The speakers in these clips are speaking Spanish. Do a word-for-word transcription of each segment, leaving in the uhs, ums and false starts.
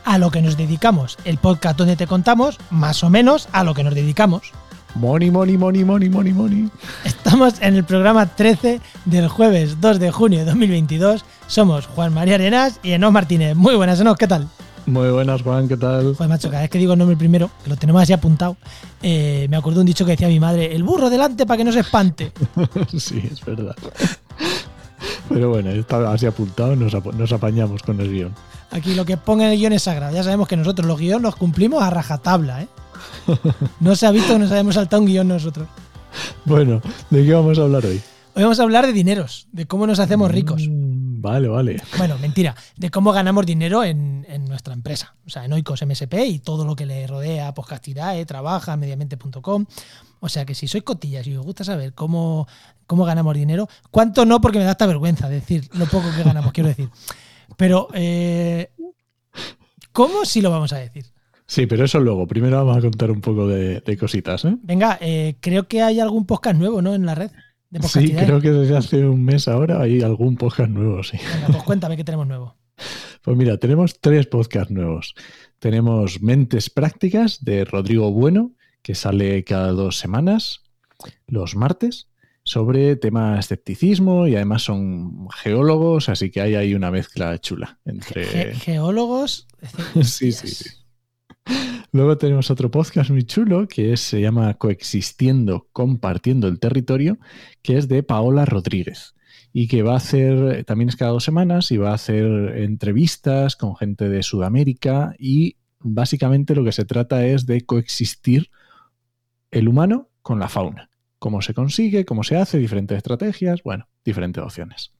a lo que nos dedicamos. El podcast donde te contamos más o menos a lo que nos dedicamos. Money, money, money, money, money, money. Estamos en el programa trece del jueves dos de junio de dos mil veintidós. Somos Juan María Arenas y Enoch Martínez. Muy buenas, Enoch, ¿qué tal? Muy buenas, Juan, ¿qué tal? Joder, macho, cada vez que digo el nombre primero, que lo tenemos así apuntado, eh, me acuerdo un dicho que decía mi madre: el burro delante para que no se espante. Sí, es verdad. Pero bueno, está así apuntado, nos, ap- nos apañamos con el guión. Aquí lo que ponga en el guión es sagrado. Ya sabemos que nosotros los guiones los cumplimos a rajatabla, ¿eh? No se ha visto que nos hayamos saltado un guión nosotros. Bueno, ¿de qué vamos a hablar hoy? Hoy vamos a hablar de dineros, de cómo nos hacemos ricos. Mm, vale, vale. Bueno, mentira, de cómo ganamos dinero en, en nuestra empresa. O sea, en Oikos M S P y todo lo que le rodea, Podcastidae, Trabaja, Mediamente punto com. O sea que si sois cotillas y os gusta saber cómo, cómo ganamos dinero, cuánto no, porque me da hasta vergüenza decir lo poco que ganamos, quiero decir. Pero, eh, ¿cómo sí lo vamos a decir? Sí, pero eso luego. Primero vamos a contar un poco de, de cositas, ¿eh? Venga, eh, creo que hay algún podcast nuevo, ¿no? En la red de Sí, Podcastidae. creo que desde hace un mes ahora hay algún podcast nuevo, sí. Venga, pues cuéntame qué tenemos nuevo. Pues mira, tenemos tres podcasts nuevos. Tenemos Mentes Prácticas de Rodrigo Bueno, que sale cada dos semanas, los martes, sobre tema escepticismo, y además son geólogos, así que hay ahí una mezcla chula entre... Ge- geólogos. Sí, sí, sí. Luego tenemos otro podcast muy chulo que es, se llama Coexistiendo, Compartiendo el Territorio, que es de Paola Rodríguez y que va a hacer, también es cada dos semanas, y va a hacer entrevistas con gente de Sudamérica, y básicamente lo que se trata es de coexistir el humano con la fauna. Cómo se consigue, cómo se hace, diferentes estrategias, bueno, diferentes opciones.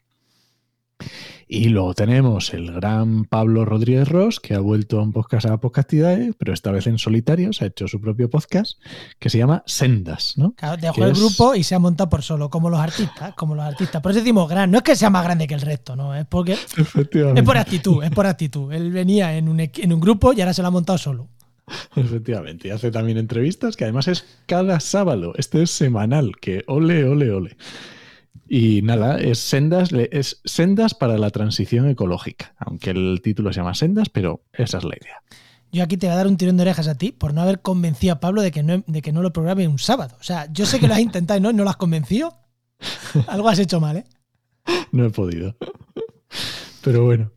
Y luego tenemos el gran Pablo Rodríguez Ros, que ha vuelto a un podcast a Podcastidae, pero esta vez en solitario, se ha hecho su propio podcast, que se llama Sendas, ¿no? Claro, dejó Que el es- grupo y se ha montado por solo, como los artistas, como los artistas. Por eso decimos gran, no es que sea más grande que el resto, no, es porque Efectivamente. es por actitud, es por actitud. Él venía en un, equ- en un grupo y ahora se lo ha montado solo. Efectivamente. Y hace también entrevistas, que además es cada sábado. Este es semanal, que ole, ole, ole. Y nada, es sendas, es sendas para la transición ecológica. Aunque el título se llama Sendas, pero esa es la idea. Yo aquí te voy a dar un tirón de orejas a ti por no haber convencido a Pablo de que no, de que no lo programe un sábado. O sea, yo sé que lo has intentado y no, no lo has convencido. Algo has hecho mal, ¿eh? No he podido. Pero bueno.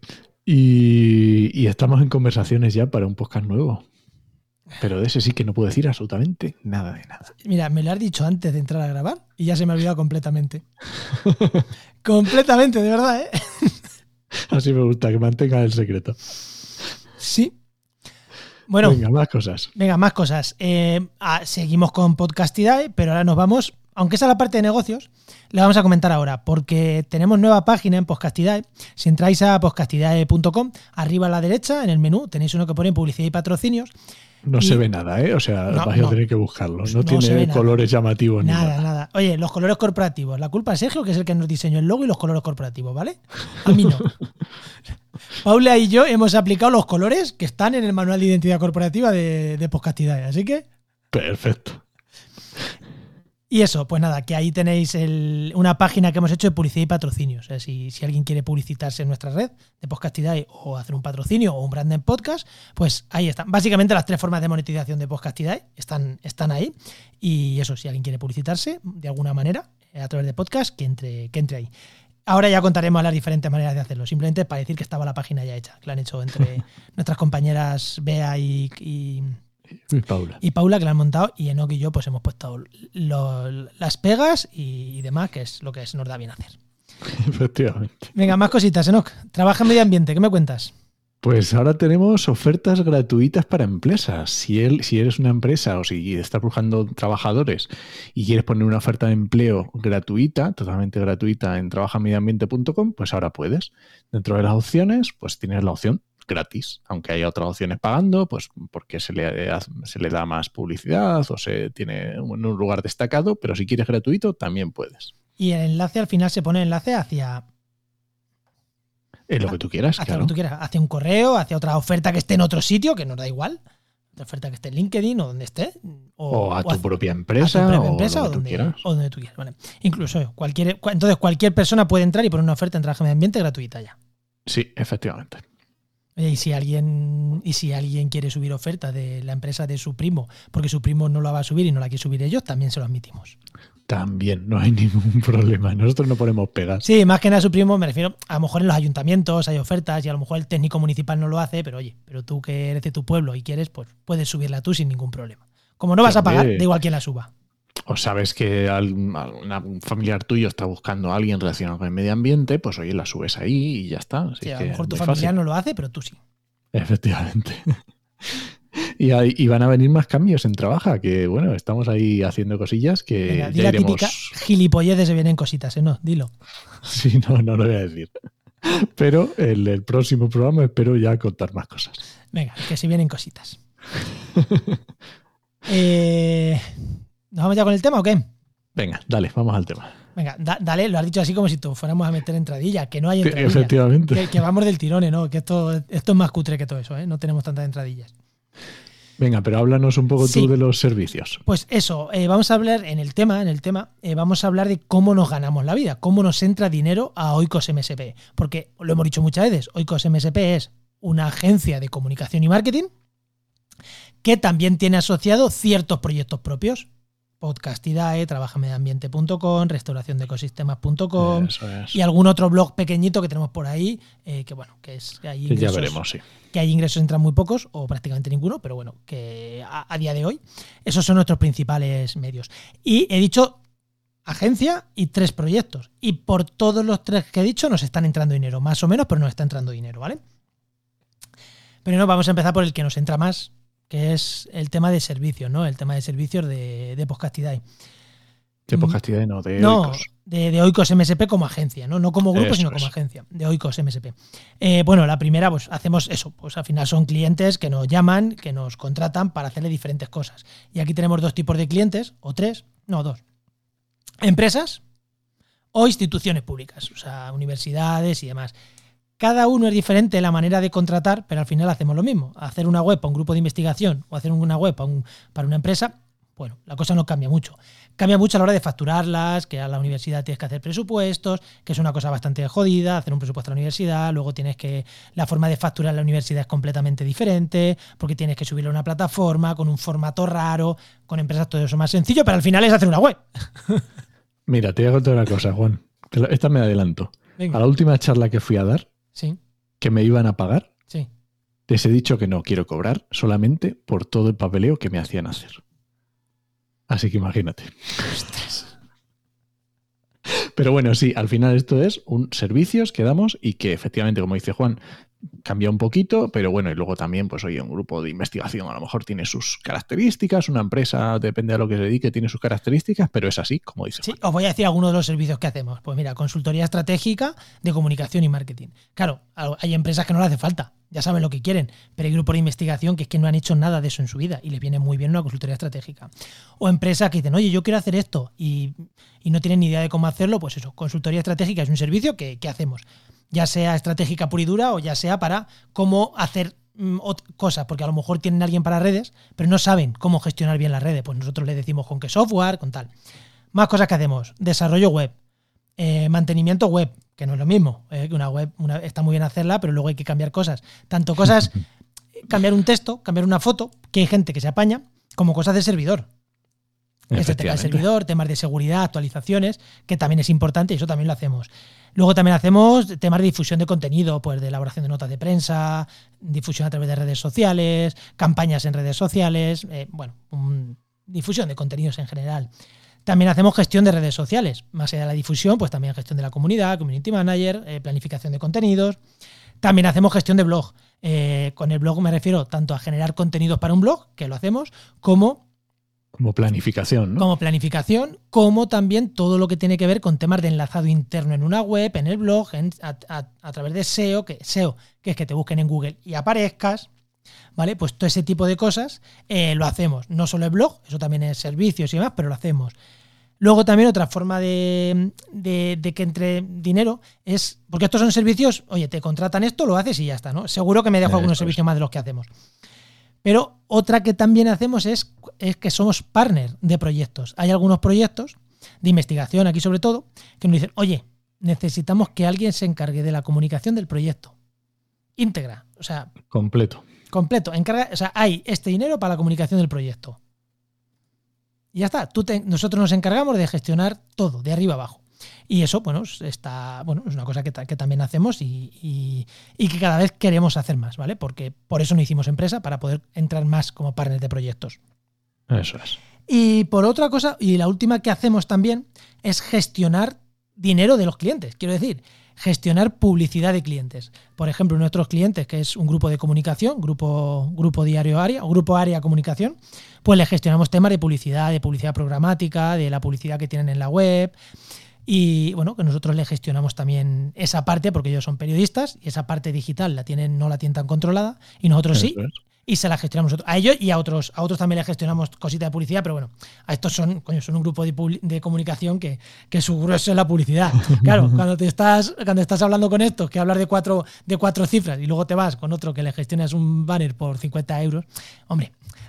Y, y estamos en conversaciones ya para un podcast nuevo. Pero de ese sí que no puedo decir absolutamente nada de nada. Mira, me lo has dicho antes de entrar a grabar y ya se me ha olvidado completamente. Completamente, de verdad, ¿eh? Así me gusta, que mantenga el secreto. Sí. Bueno, Venga, más cosas. venga, más cosas. Eh, ah, seguimos con Podcastidae, pero ahora nos vamos, aunque esa es la parte de negocios, la vamos a comentar ahora, porque tenemos nueva página en Podcastidae. Si entráis a podcastidae punto com, arriba a la derecha, en el menú, tenéis uno que pone publicidad y patrocinios. No Y- se ve nada, ¿eh? O sea, No, vais no. a tener que buscarlo. No, No se ve tiene nada. colores llamativos ni Nada, nada. nada. Oye, los colores corporativos. La culpa es Sergio, que es el que nos diseñó el logo y los colores corporativos, ¿vale? A mí no. Paula y yo hemos aplicado los colores que están en el manual de identidad corporativa de, de Podcastidae. Así que... Perfecto. Y eso, pues nada, que ahí tenéis el, una página que hemos hecho de publicidad y patrocinio. O sea, si, si alguien quiere publicitarse en nuestra red de Podcastidae o hacer un patrocinio o un brand en podcast, pues ahí están. Básicamente las tres formas de monetización de Podcastidae están, están ahí. Y eso, si alguien quiere publicitarse de alguna manera a través de podcast, que entre, que entre ahí. Ahora ya contaremos las diferentes maneras de hacerlo, simplemente para decir que estaba la página ya hecha, que la han hecho entre nuestras compañeras Bea y, y, Y Paula. y Paula, que la han montado, y Enoch y yo pues hemos puesto lo- las pegas y, y demás, que es lo que se nos da bien hacer. Efectivamente. Venga, más cositas, Enoch. Trabaja en medio ambiente, ¿qué me cuentas? Pues ahora tenemos ofertas gratuitas para empresas. Si, él, si eres una empresa o si estás buscando trabajadores y quieres poner una oferta de empleo gratuita, totalmente gratuita, en trabaja medio ambiente punto com, pues ahora puedes. Dentro de las opciones, pues tienes la opción gratis, aunque haya otras opciones pagando, pues porque se le, se le da más publicidad o se tiene en un lugar destacado, pero si quieres gratuito, también puedes. Y el enlace al final se pone el enlace hacia, Es lo que tú quieras, hacia claro. lo que tú quieras, hacia un correo, hacia otra oferta que esté en otro sitio, que nos da igual. Otra oferta que esté en LinkedIn o donde esté. O, O a o tu hacia- propia a tu empresa, propia o empresa lo o que tú donde, quieras. o donde tú quieras. Vale. Incluso cualquier, entonces cualquier persona puede entrar y poner una oferta en trabajo medio ambiente gratuita ya. Sí, efectivamente. Oye, y si alguien y si alguien quiere subir oferta de la empresa de su primo, porque su primo no la va a subir y no la quiere subir ellos, también se lo admitimos. También, no hay ningún problema. Nosotros no ponemos pegas. Sí, más que nada su primo, me refiero, a lo mejor en los ayuntamientos hay ofertas y a lo mejor el técnico municipal no lo hace, pero oye, pero tú que eres de tu pueblo y quieres, pues puedes subirla tú sin ningún problema. Como no vas a pagar, da igual quién la suba. O sabes que un familiar tuyo está buscando a alguien relacionado con el medio ambiente, pues oye, la subes ahí y ya está. Así Sí, a que lo mejor tu muy familiar fácil. no lo hace, pero tú sí. Efectivamente. Y, hay, y van a venir más cambios en Trabaja, que bueno, estamos ahí haciendo cosillas que Venga, di ya la iremos... típica gilipolleces se vienen cositas, ¿eh? No, dilo. Sí, no, no lo voy a decir. Pero en el próximo programa espero ya contar más cosas. Venga, que se vienen cositas. eh, ¿Nos vamos ya con el tema o qué? Venga, dale, vamos al tema. Venga, da, dale, lo has dicho así como si tú fuéramos a meter entradilla, que no hay entradilla. Efectivamente. Que, que vamos del tirón, ¿no? Que esto, esto es más cutre que todo eso, ¿eh? No tenemos tantas entradillas. Venga, pero háblanos un poco sí. tú de los servicios. Pues eso, eh, vamos a hablar en el tema, en el tema, eh, vamos a hablar de cómo nos ganamos la vida, cómo nos entra dinero a Oikos M S P. Porque lo hemos dicho muchas veces, Oikos M S P es una agencia de comunicación y marketing que también tiene asociado ciertos proyectos propios. Podcastidae, trabaja medio ambiente punto com, restauración de ecosistemas punto com y algún otro blog pequeñito que tenemos por ahí, eh, que bueno, que es que hay ingresos, ya veremos, sí. Que hay ingresos entran muy pocos o prácticamente ninguno, pero bueno, que a, a día de hoy esos son nuestros principales medios. Y he dicho agencia y tres proyectos. Y por todos los tres que he dicho nos están entrando dinero, más o menos, pero nos está entrando dinero, ¿vale? Pero no, vamos a empezar por el que nos entra más, que es el tema de servicios, ¿no? El tema de servicios de, de Podcastidae. De Podcastidae, no, de no, Oikos. De, de Oikos M S P como agencia, ¿no? No como grupo, eso sino es. como agencia, de Oikos M S P. Eh, bueno, la primera, pues hacemos eso, pues al final son clientes que nos llaman, que nos contratan para hacerle diferentes cosas. Y aquí tenemos dos tipos de clientes, o tres, no, dos. Empresas o instituciones públicas, o sea, universidades y demás. Cada uno es diferente la manera de contratar, pero al final hacemos lo mismo. Hacer una web para un grupo de investigación o hacer una web para, un, para una empresa, bueno, la cosa no cambia mucho. Cambia mucho a la hora de facturarlas, que a la universidad tienes que hacer presupuestos, que es una cosa bastante jodida, hacer un presupuesto a la universidad, luego tienes que... La forma de facturar a la universidad es completamente diferente, porque tienes que subirlo a una plataforma con un formato raro, con empresas todo eso más sencillo, pero al final es hacer una web. Mira, te voy a contar una cosa, Juan. Esta me adelanto. Venga. A la última charla que fui a dar, Sí. que me iban a pagar, Sí. les he dicho que no quiero cobrar solamente por todo el papeleo que me hacían hacer. Así que imagínate. Ostras. Pero bueno, sí, al final esto es un servicios que damos y que efectivamente, como dice Juan, cambia un poquito, pero bueno, y luego también, pues oye, un grupo de investigación a lo mejor tiene sus características, una empresa, depende a lo que se dedique, tiene sus características, pero es así, como dice Sí, Juan. os voy a decir algunos de los servicios que hacemos. Pues mira, consultoría estratégica de comunicación y marketing. Claro, hay empresas que no le hace falta, ya saben lo que quieren, pero hay grupos de investigación que es que no han hecho nada de eso en su vida y les viene muy bien una consultoría estratégica. O empresas que dicen, oye, yo quiero hacer esto y, y no tienen ni idea de cómo hacerlo, pues eso, consultoría estratégica es un servicio que, que hacemos. Ya sea estratégica pura y dura o ya sea para cómo hacer mm, cosas, porque a lo mejor tienen a alguien para redes, pero no saben cómo gestionar bien las redes. Pues nosotros les decimos con qué software, con tal. Más cosas que hacemos. Desarrollo web, eh, mantenimiento web, que no es lo mismo. Eh, que una web una, está muy bien hacerla, pero luego hay que cambiar cosas. Tanto cosas, cambiar un texto, cambiar una foto, que hay gente que se apaña, como cosas de servidor. Que se te cae el servidor, temas de seguridad, actualizaciones, que también es importante y eso también lo hacemos. Luego también hacemos temas de difusión de contenido, pues de elaboración de notas de prensa, difusión a través de redes sociales, campañas en redes sociales, eh, bueno, um, difusión de contenidos en general. También hacemos gestión de redes sociales, más allá de la difusión, pues también gestión de la comunidad, community manager, eh, planificación de contenidos. También hacemos gestión de blog. Eh, con el blog me refiero tanto a generar contenidos para un blog, que lo hacemos, como... Como planificación, ¿no? Como planificación, como también todo lo que tiene que ver con temas de enlazado interno en una web, en el blog, en, a, a, a través de S E O, que S E O, que es que te busquen en Google y aparezcas, ¿vale? Pues todo ese tipo de cosas eh, lo hacemos. No solo el blog, eso también es servicios y demás, pero lo hacemos. Luego también otra forma de, de, de que entre dinero es, porque estos son servicios, oye, te contratan esto, lo haces y ya está, ¿no? Seguro que me dejo algunos servicios más de los que hacemos. Pero otra que también hacemos es, es que somos partner de proyectos. Hay algunos proyectos de investigación aquí sobre todo que nos dicen, oye, necesitamos que alguien se encargue de la comunicación del proyecto íntegra. O sea, completo. Completo. Encarga, o sea, hay este dinero para la comunicación del proyecto. Y ya está. Tú te, nosotros nos encargamos de gestionar todo, de arriba abajo. Y eso, bueno, está, bueno, es una cosa que, que también hacemos y, y, y que cada vez queremos hacer más, ¿vale? Porque por eso no hicimos empresa, para poder entrar más como partner de proyectos. Eso es. Y por otra cosa, y la última que hacemos también, es gestionar dinero de los clientes. Quiero decir, gestionar publicidad de clientes. Por ejemplo, nuestros clientes, que es un grupo de comunicación, grupo, grupo diario área o grupo área comunicación, pues les gestionamos temas de publicidad, de publicidad programática, de la publicidad que tienen en la web. Y bueno, que nosotros les gestionamos también esa parte, porque ellos son periodistas y esa parte digital la tienen, no la tienen tan controlada, y nosotros sí. Eso es. Y se la gestionamos nosotros. A ellos y a otros, a otros también les gestionamos cositas de publicidad, pero bueno, a estos son, coño, son un grupo de, de comunicación que, que su grueso es la publicidad. Claro, cuando te estás, cuando estás hablando con estos, que hablas de cuatro, de cuatro cifras, y luego te vas con otro que le gestionas un banner por cincuenta euros, hombre.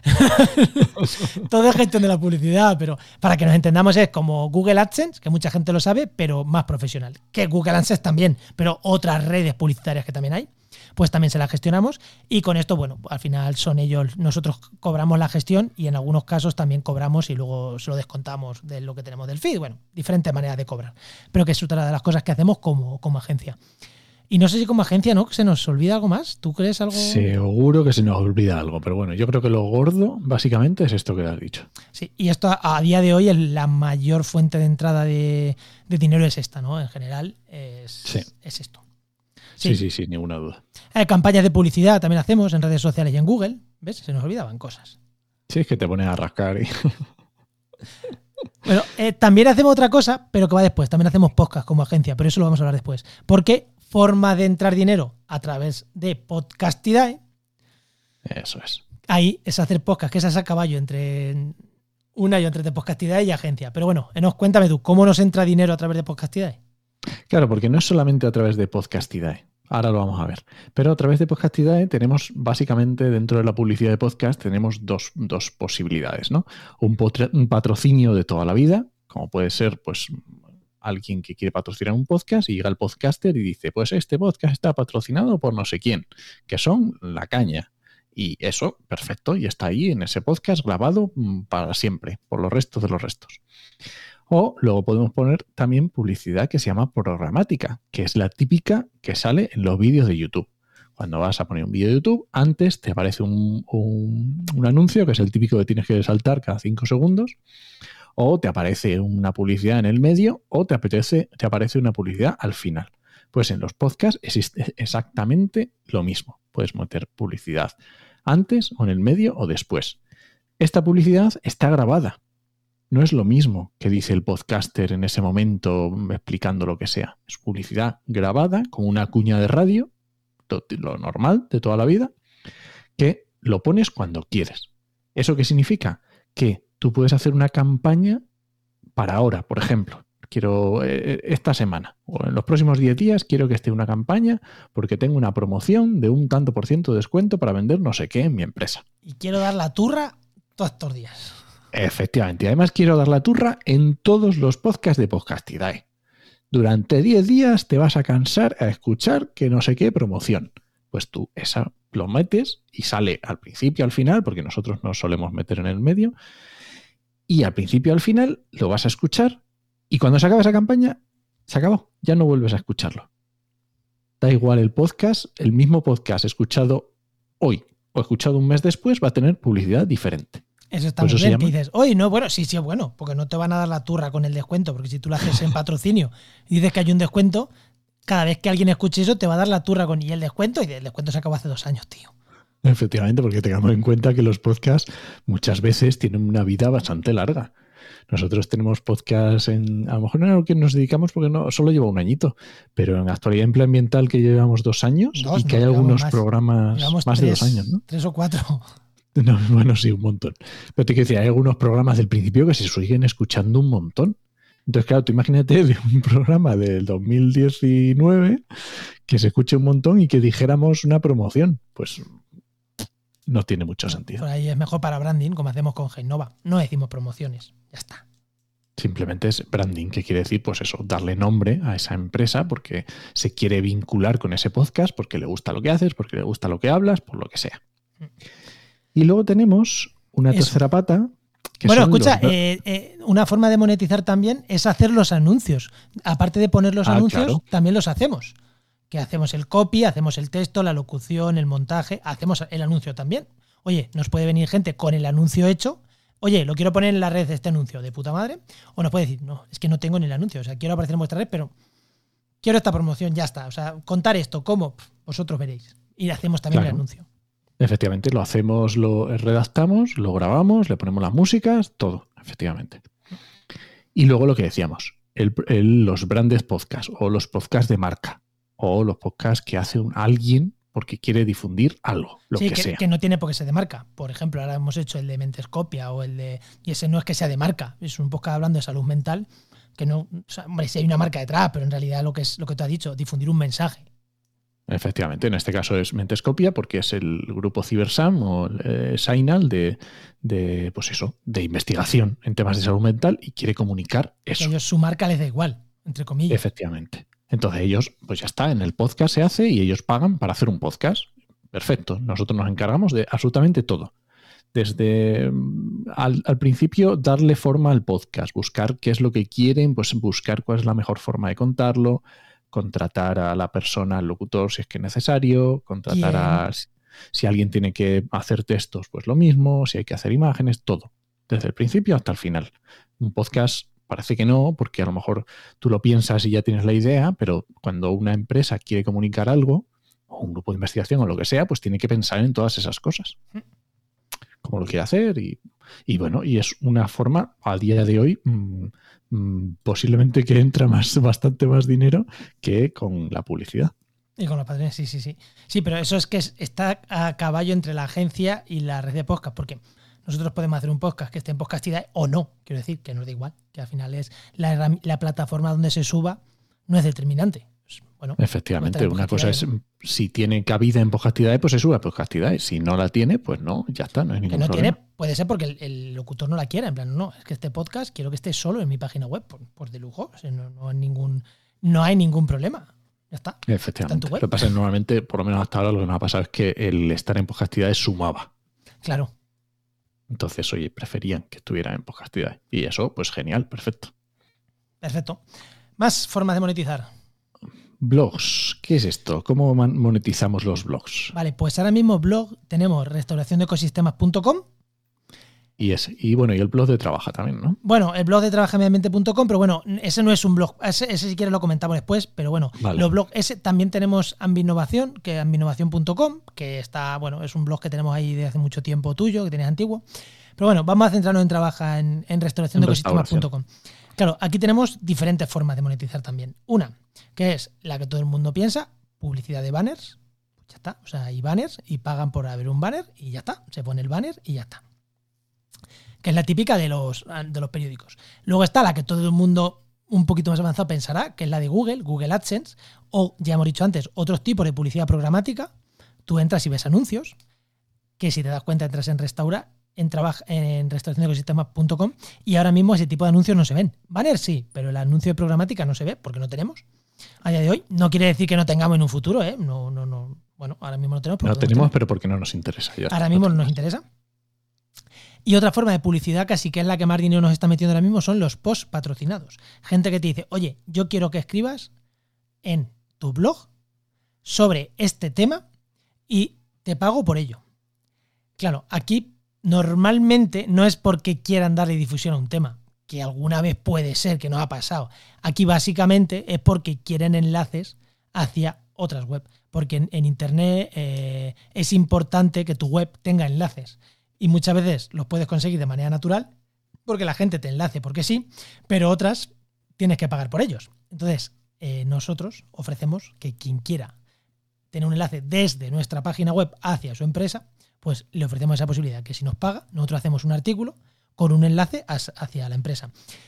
Todo es gestión de la publicidad, pero para que nos entendamos es como Google AdSense, que mucha gente lo sabe, pero más profesional. Que Google AdSense también, pero otras redes publicitarias que también hay, pues también se la gestionamos, y con esto, bueno, al final son ellos, nosotros cobramos la gestión y en algunos casos también cobramos y luego se lo descontamos de lo que tenemos del feed. Bueno, diferentes maneras de cobrar, pero que es otra de las cosas que hacemos como, como agencia. Y no sé si como agencia, ¿no? ¿Se nos olvida algo más? ¿Tú crees algo? Seguro que se nos olvida algo, pero bueno, yo creo que lo gordo básicamente es esto que has dicho. Sí, y esto a, a día de hoy es la mayor fuente de entrada de, de dinero es esta, ¿no? En general es, sí. es esto. Sí, sí, sí, sin ninguna duda. Eh, campañas de publicidad también hacemos en redes sociales y en Google. ¿Ves? Se nos olvidaban cosas. Sí, es que te pones a rascar. Y... Bueno, eh, también hacemos otra cosa, pero que va después. También hacemos podcast como agencia, pero eso lo vamos a hablar después. Porque forma de entrar dinero a través de Podcastidae. Eso es. Ahí es hacer podcast, que esa es a caballo entre una y otra de Podcastidae y agencia. Pero bueno, Enoch, cuéntame tú, ¿cómo nos entra dinero a través de Podcastidae? Claro, porque no es solamente a través de Podcastidae. Ahora lo vamos a ver. Pero a través de Podcastidae tenemos básicamente dentro de la publicidad de podcast tenemos dos, dos posibilidades, ¿no? Un, potro, un patrocinio de toda la vida, como puede ser pues alguien que quiere patrocinar un podcast y llega el podcaster y dice, pues este podcast está patrocinado por no sé quién, que son La Caña. Y eso, perfecto, y está ahí en ese podcast grabado para siempre, por los restos de los restos. O luego podemos poner también publicidad que se llama programática, que es la típica que sale en los vídeos de YouTube. Cuando vas a poner un vídeo de YouTube, antes te aparece un, un, un anuncio, que es el típico que tienes que saltar cada cinco segundos, o te aparece una publicidad en el medio, o te, apetece, te aparece una publicidad al final. Pues en los podcasts existe exactamente lo mismo. Puedes meter publicidad antes, o en el medio, o después. Esta publicidad está grabada. No es lo mismo que dice el podcaster en ese momento explicando lo que sea. Es publicidad grabada con una cuña de radio, lo normal de toda la vida, que lo pones cuando quieres. ¿Eso qué significa? Que tú puedes hacer una campaña para ahora, por ejemplo. Quiero eh, esta semana o en los próximos diez días quiero que esté una campaña porque tengo una promoción de un tanto por ciento de descuento para vender no sé qué en mi empresa. Y quiero dar la turra todos estos días. Efectivamente. Además quiero dar la turra en todos los podcasts de Podcastidae. Durante diez días te vas a cansar a escuchar que no sé qué promoción. Pues tú esa lo metes y sale al principio, al final, porque nosotros nos solemos meter en el medio. Y al principio, al final, lo vas a escuchar y cuando se acaba esa campaña, se acabó. Ya no vuelves a escucharlo. Da igual el podcast, el mismo podcast escuchado hoy o escuchado un mes después va a tener publicidad diferente. Eso está muy bien, que dices, oye, no, bueno, sí, sí, bueno, porque no te van a dar la turra con el descuento, porque si tú lo haces en patrocinio y dices que hay un descuento, cada vez que alguien escuche eso te va a dar la turra con y el descuento, y el descuento se acabó hace dos años, tío. Efectivamente, porque tengamos en cuenta que los podcasts muchas veces tienen una vida bastante larga. Nosotros tenemos podcasts en, a lo mejor no es a lo que nos dedicamos porque no solo lleva un añito, pero en Actualidad Ambiental que llevamos dos años dos, y que no, hay algunos más. programas llevamos más tres, de dos años, ¿no? Tres o cuatro. No, bueno, sí, un montón. Pero te quiero decir, hay algunos programas del principio que se siguen escuchando un montón. Entonces, claro, tú imagínate de un programa del dos mil diecinueve que se escuche un montón y que dijéramos una promoción. Pues no tiene mucho sentido. Por ahí es mejor para branding, como hacemos con Genova. No decimos promociones, ya está. Simplemente es branding, que quiere decir, pues eso, darle nombre a esa empresa porque se quiere vincular con ese podcast, porque le gusta lo que haces, porque le gusta lo que hablas, por lo que sea. Y luego tenemos una Eso. tercera pata. Que bueno, son escucha, los... eh, eh, una forma de monetizar también es hacer los anuncios. Aparte de poner los Ah, anuncios, claro. también los hacemos. Que hacemos el copy, hacemos el texto, la locución, el montaje, hacemos el anuncio también. Oye, nos puede venir gente con el anuncio hecho. Oye, lo quiero poner en la red este anuncio de puta madre. O nos puede decir, no, es que no tengo en el anuncio. O sea, quiero aparecer en vuestra red, pero quiero esta promoción, ya está. O sea, contar esto, ¿cómo? Pff, vosotros veréis. Y hacemos también Claro. el anuncio. Efectivamente, lo hacemos, lo redactamos, lo grabamos, le ponemos las músicas, todo, efectivamente. Y luego lo que decíamos, el, el, los branded podcasts o los podcasts de marca o los podcasts que hace un, alguien porque quiere difundir algo, lo sí, que, que sea. que no tiene por qué ser de marca. Por ejemplo, ahora hemos hecho el de Mentescopia o el de... Y ese no es que sea de marca, es un podcast hablando de salud mental, que no... O sea, hombre, sí hay una marca detrás, pero en realidad lo que es lo que tú has dicho, difundir un mensaje. Efectivamente, en este caso es Mentescopia porque es el grupo CiberSam o eh, Signal de, de, pues eso, de investigación en temas de salud mental y quiere comunicar eso. Que a ellos su marca les da igual, entre comillas. Efectivamente. Entonces ellos, pues ya está, en el podcast se hace y ellos pagan para hacer un podcast. Perfecto. Nosotros nos encargamos de absolutamente todo. Desde al, al principio darle forma al podcast, buscar qué es lo que quieren, pues buscar cuál es la mejor forma de contarlo, contratar a la persona, al locutor si es que es necesario, contratar ¿Quién? a... Si alguien tiene que hacer textos, pues lo mismo, si hay que hacer imágenes, todo. Desde el principio hasta el final. Un podcast parece que no, porque a lo mejor tú lo piensas y ya tienes la idea, pero cuando una empresa quiere comunicar algo, o un grupo de investigación o lo que sea, pues tiene que pensar en todas esas cosas. Cómo lo quiere hacer y, y bueno, y es una forma a día de hoy mmm, mmm, posiblemente que entra más, bastante más dinero que con la publicidad. Y con los patrones, sí, sí, sí. Sí, pero eso es que es, está a caballo entre la agencia y la red de podcast, porque nosotros podemos hacer un podcast que esté en Podcastidad o no, quiero decir, que nos da igual, que al final es la, la plataforma donde se suba no es determinante. Pues, bueno, efectivamente, una cosa es, ¿no? Si tiene cabida en Podcastidad, pues se sube a Podcastidad. Si no la tiene, pues no, ya está, no hay ningún que no problema. Tiene, puede ser porque el, el locutor no la quiera, en plan, no, es que este podcast quiero que esté solo en mi página web, por, por de lujo, o sea, no, no, hay ningún, no hay ningún problema. Ya está. Efectivamente. Está en tu web. Lo que pasa es que normalmente, por lo menos hasta ahora, lo que nos ha pasado es que el estar en Podcastidad sumaba. Claro. Entonces, oye, preferían que estuviera en Podcastidad. Y eso, pues genial, perfecto. Perfecto. Más formas de monetizar. Blogs. ¿Qué es esto? ¿Cómo monetizamos los blogs? Vale, pues ahora mismo blog tenemos restauración de ecosistemas punto com. Y ese, y bueno, y el blog de Trabaja también, ¿no? Bueno, el blog de trabaja medio ambiente punto com, pero bueno, ese no es un blog, ese, ese si quieres lo comentamos después, pero bueno, vale. Los blogs, ese también tenemos Ambinnovación, que es ambinnovación punto com, que está, bueno, es un blog que tenemos ahí de hace mucho tiempo tuyo, que tienes antiguo. Pero bueno, vamos a centrarnos en Trabaja en, en restauración de ecosistemas punto com. Claro, aquí tenemos diferentes formas de monetizar también. Una, que es la que todo el mundo piensa, publicidad de banners. Pues ya está, o sea, hay banners y pagan por haber un banner y ya está, se pone el banner y ya está. Que es la típica de los, de los periódicos. Luego está la que todo el mundo un poquito más avanzado pensará, que es la de Google, Google AdSense, o, ya hemos dicho antes, otros tipos de publicidad programática. Tú entras y ves anuncios, que si te das cuenta entras en Restaura, en, en restauración de ecosistemas punto com, y ahora mismo ese tipo de anuncios no se ven. Banner sí, pero el anuncio de programática no se ve porque no tenemos. A día de hoy no quiere decir que no tengamos en un futuro, ¿eh? No, no, no. Bueno, ahora mismo no tenemos. No tenemos, pero porque no nos interesa. Ya ahora mismo no nos interesa. Y otra forma de publicidad, casi que es la que más dinero nos está metiendo ahora mismo, son los posts patrocinados. Gente que te dice, oye, yo quiero que escribas en tu blog sobre este tema y te pago por ello. Claro, aquí normalmente no es porque quieran darle difusión a un tema, que alguna vez puede ser que nos ha pasado. Aquí básicamente es porque quieren enlaces hacia otras webs. Porque en, en Internet eh, es importante que tu web tenga enlaces. Y muchas veces los puedes conseguir de manera natural porque la gente te enlace porque sí, pero otras tienes que pagar por ellos. Entonces, eh, nosotros ofrecemos que quien quiera tener un enlace desde nuestra página web hacia su empresa, pues le ofrecemos esa posibilidad, que si nos paga, nosotros hacemos un artículo con un enlace hacia la empresa.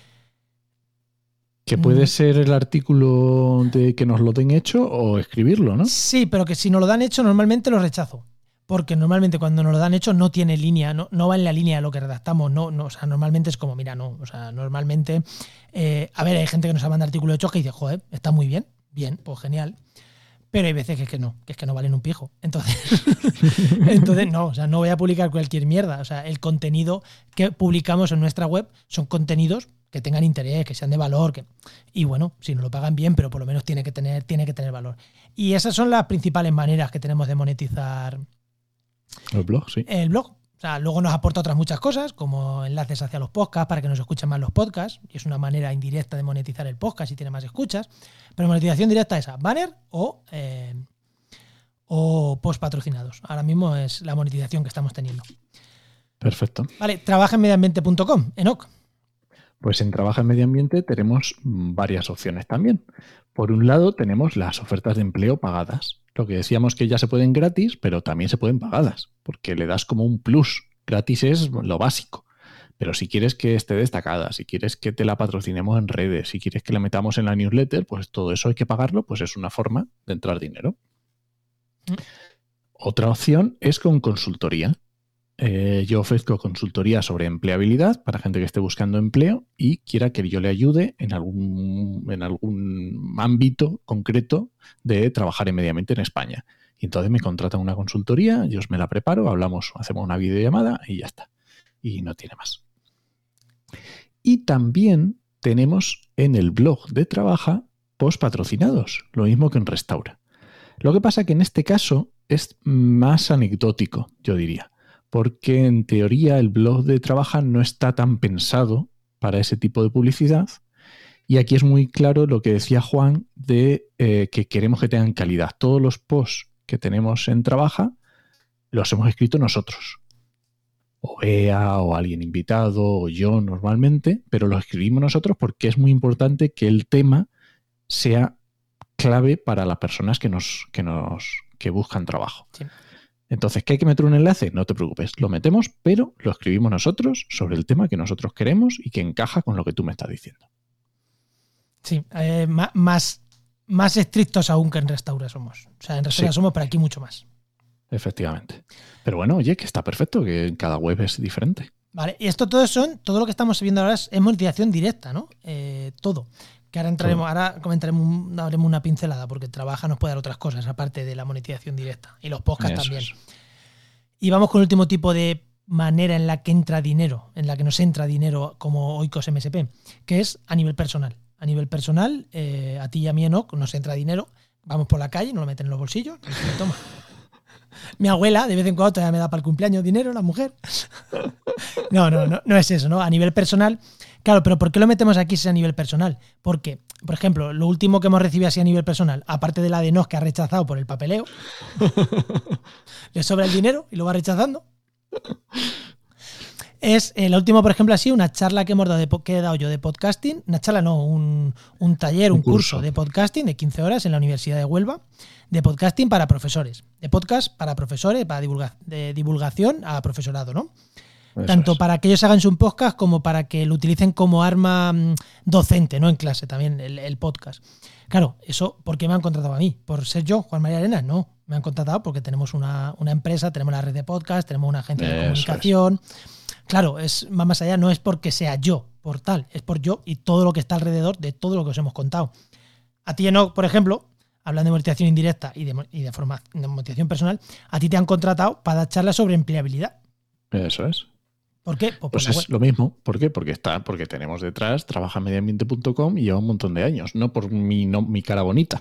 Que puede ser el artículo de que nos lo den hecho o escribirlo, ¿no? Sí, pero que si nos lo dan hecho normalmente lo rechazo. porque normalmente cuando nos lo dan hecho no tiene línea, no, no va en la línea de lo que redactamos, no, no, o sea, normalmente es como, mira, no, o sea, normalmente, eh, a ver, hay gente que nos manda artículos hechos que dice, joder, está muy bien, bien, pues genial, pero hay veces que es que no, que es que no valen un pijo, entonces, entonces no, o sea, no voy a publicar cualquier mierda, o sea, el contenido que publicamos en nuestra web son contenidos que tengan interés, que sean de valor, que y bueno, si no lo pagan bien, pero por lo menos tiene que tener, tiene que tener valor. Y esas son las principales maneras que tenemos de monetizar el blog, sí. El blog. O sea, luego nos aporta otras muchas cosas, como enlaces hacia los podcasts para que nos escuchen más los podcasts, y es una manera indirecta de monetizar el podcast si tiene más escuchas. Pero monetización directa es a banner o, eh, o post patrocinados. Ahora mismo es la monetización que estamos teniendo. Perfecto. Vale, trabaja en medioambiente punto com, Enoch. Pues en Trabaja en Medio Ambiente tenemos varias opciones también. Por un lado tenemos las ofertas de empleo pagadas. Lo que decíamos que ya se pueden gratis, pero también se pueden pagadas, porque le das como un plus. Gratis es lo básico. Pero si quieres que esté destacada, si quieres que te la patrocinemos en redes, si quieres que la metamos en la newsletter, pues todo eso hay que pagarlo, pues es una forma de entrar dinero. ¿Mm? Otra opción es con consultoría. Eh, yo ofrezco consultoría sobre empleabilidad para gente que esté buscando empleo y quiera que yo le ayude en algún, en algún ámbito concreto de trabajar en medio ambiente en España. Y entonces me contratan una consultoría, yo os me la preparo, hablamos, hacemos una videollamada y ya está. Y no tiene más. Y también tenemos en el blog de Trabaja post patrocinados, lo mismo que en Restaura. Lo que pasa que en este caso es más anecdótico, yo diría. Porque en teoría el blog de Trabaja no está tan pensado para ese tipo de publicidad y aquí es muy claro lo que decía Juan de eh, que queremos que tengan calidad. Todos los posts que tenemos en Trabaja los hemos escrito nosotros, o Bea o alguien invitado o yo normalmente, pero los escribimos nosotros porque es muy importante que el tema sea clave para las personas que nos, que nos que buscan trabajo. Sí. Entonces, ¿que hay que meter un enlace? No te preocupes, lo metemos, pero lo escribimos nosotros sobre el tema que nosotros queremos y que encaja con lo que tú me estás diciendo. Sí, eh, más, más estrictos aún que en Restaura somos. O sea, en Restaura sí. somos, pero aquí mucho más. Efectivamente. Pero bueno, oye, que está perfecto, que en cada web es diferente. Vale, y esto todo son, todo lo que estamos viendo ahora es, es monetización directa, ¿no? Eh, todo. Que ahora entraremos, todo. ahora comentaremos, haremos una pincelada, porque Trabaja nos puede dar otras cosas, aparte de la monetización directa. Y los podcasts Eso también. Es. Y vamos con el último tipo de manera en la que entra dinero, en la que nos entra dinero como Oikos M S P, que es a nivel personal. A nivel personal, eh, a ti y a mí, Enoch, nos entra dinero, vamos por la calle, nos lo meten en los bolsillos y se lo toma. Mi abuela, de vez en cuando, todavía me da para el cumpleaños dinero, la mujer. No, no, no, no es eso, ¿no? A nivel personal, claro, pero ¿por qué lo metemos aquí si es a nivel personal? Porque, por ejemplo, lo último que hemos recibido así a nivel personal, aparte de la de Enoch que ha rechazado por el papeleo, le sobra el dinero y lo va rechazando. Es el eh, último, por ejemplo, así, una charla que hemos dado de, que he dado yo de podcasting, una charla no, un, un taller, un, un curso. curso de podcasting de quince horas en la Universidad de Huelva, de podcasting para profesores, de podcast para profesores, para divulga, de divulgación a profesorado, ¿no? Eso Tanto es. Para que ellos hagan su podcast como para que lo utilicen como arma docente, ¿no? En clase también, el, el podcast. Claro, eso, ¿por qué me han contratado a mí? ¿Por ser yo, Juan María Arenas? No, me han contratado porque tenemos una, una empresa, tenemos la red de podcast, tenemos una agencia de comunicación. Es. Claro, es va más allá, no es porque sea yo por tal, es por yo y todo lo que está alrededor de todo lo que os hemos contado. A ti, Enoch, por ejemplo, hablando de monetización indirecta y de, y de, forma, de monetización personal, a ti te han contratado para dar charlas sobre empleabilidad. Eso es. ¿Por qué? Pues, pues es web. Lo mismo. ¿Por qué? Porque está, porque tenemos detrás trabaja en medio ambiente punto com y lleva un montón de años, no por mi, no, mi cara bonita.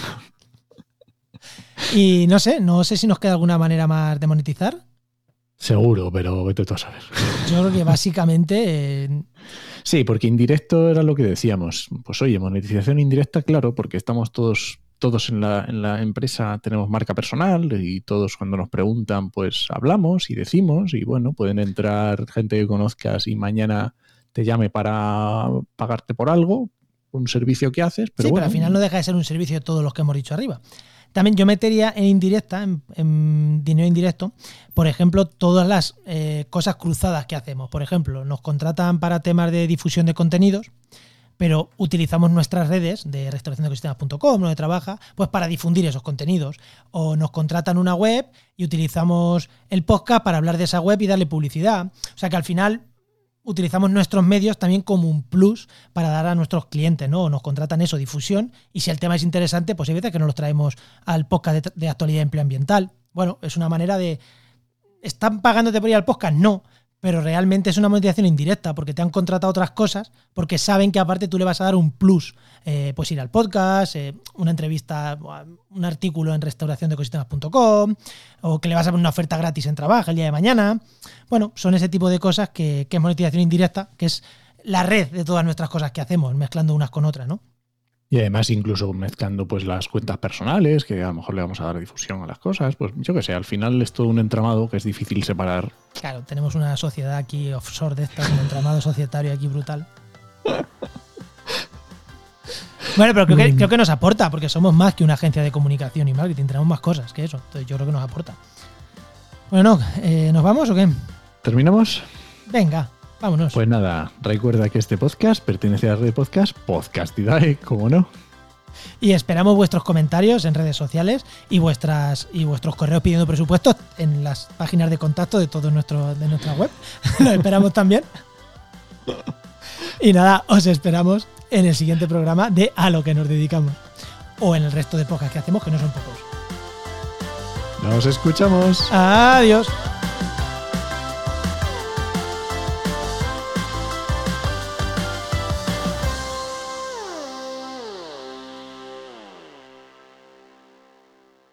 Y no sé, no sé si nos queda alguna manera más de monetizar. Seguro, pero vete tú a saber. Yo creo que básicamente... Eh... Sí, porque indirecto era lo que decíamos. Pues oye, monetización indirecta, claro, porque estamos todos, todos en la, en la empresa, tenemos marca personal y todos cuando nos preguntan, pues hablamos y decimos y bueno, pueden entrar gente que conozcas y mañana te llame para pagarte por algo, un servicio que haces. Pero sí, bueno, pero al final no deja de ser un servicio de todos los que hemos dicho arriba. También yo metería en indirecta, en, en dinero indirecto, por ejemplo, todas las eh, cosas cruzadas que hacemos. Por ejemplo, nos contratan para temas de difusión de contenidos, pero utilizamos nuestras redes de restauración de ecosistemas punto com, donde trabaja, pues para difundir esos contenidos. O nos contratan una web y utilizamos el podcast para hablar de esa web y darle publicidad. O sea que al final utilizamos nuestros medios también como un plus para dar a nuestros clientes, ¿no? Nos contratan eso, difusión, y si el tema es interesante, pues hay veces que nos los traemos al podcast de, de actualidad y empleo ambiental. Bueno, es una manera de... ¿Están pagándote por ir al podcast? No. Pero realmente es una monetización indirecta porque te han contratado otras cosas, porque saben que aparte tú le vas a dar un plus. Eh, pues ir al podcast, eh, una entrevista, un artículo en restauración de ecosistemas punto com, o que le vas a poner una oferta gratis en Trabaja el día de mañana. Bueno, son ese tipo de cosas que, que es monetización indirecta, que es la red de todas nuestras cosas que hacemos, mezclando unas con otras, ¿no? Y además incluso mezclando pues las cuentas personales, que a lo mejor le vamos a dar difusión a las cosas, pues yo qué sé, al final es todo un entramado que es difícil separar. Claro, tenemos una sociedad aquí offshore de estas, un entramado societario aquí brutal. Bueno, pero creo que, creo que nos aporta, porque somos más que una agencia de comunicación y marketing, tenemos más cosas que eso, entonces yo creo que nos aporta. Bueno, eh, ¿nos vamos o qué? ¿Terminamos? Venga. Vámonos. Pues nada, recuerda que este podcast pertenece a la red de podcast Podcastidae, ¿cómo no? Y esperamos vuestros comentarios en redes sociales y vuestras y vuestros correos pidiendo presupuestos en las páginas de contacto de todo nuestro de nuestra web. Lo esperamos también. Y nada, os esperamos en el siguiente programa de A lo que nos dedicamos. O en el resto de podcasts que hacemos, que no son pocos. Nos escuchamos. Adiós.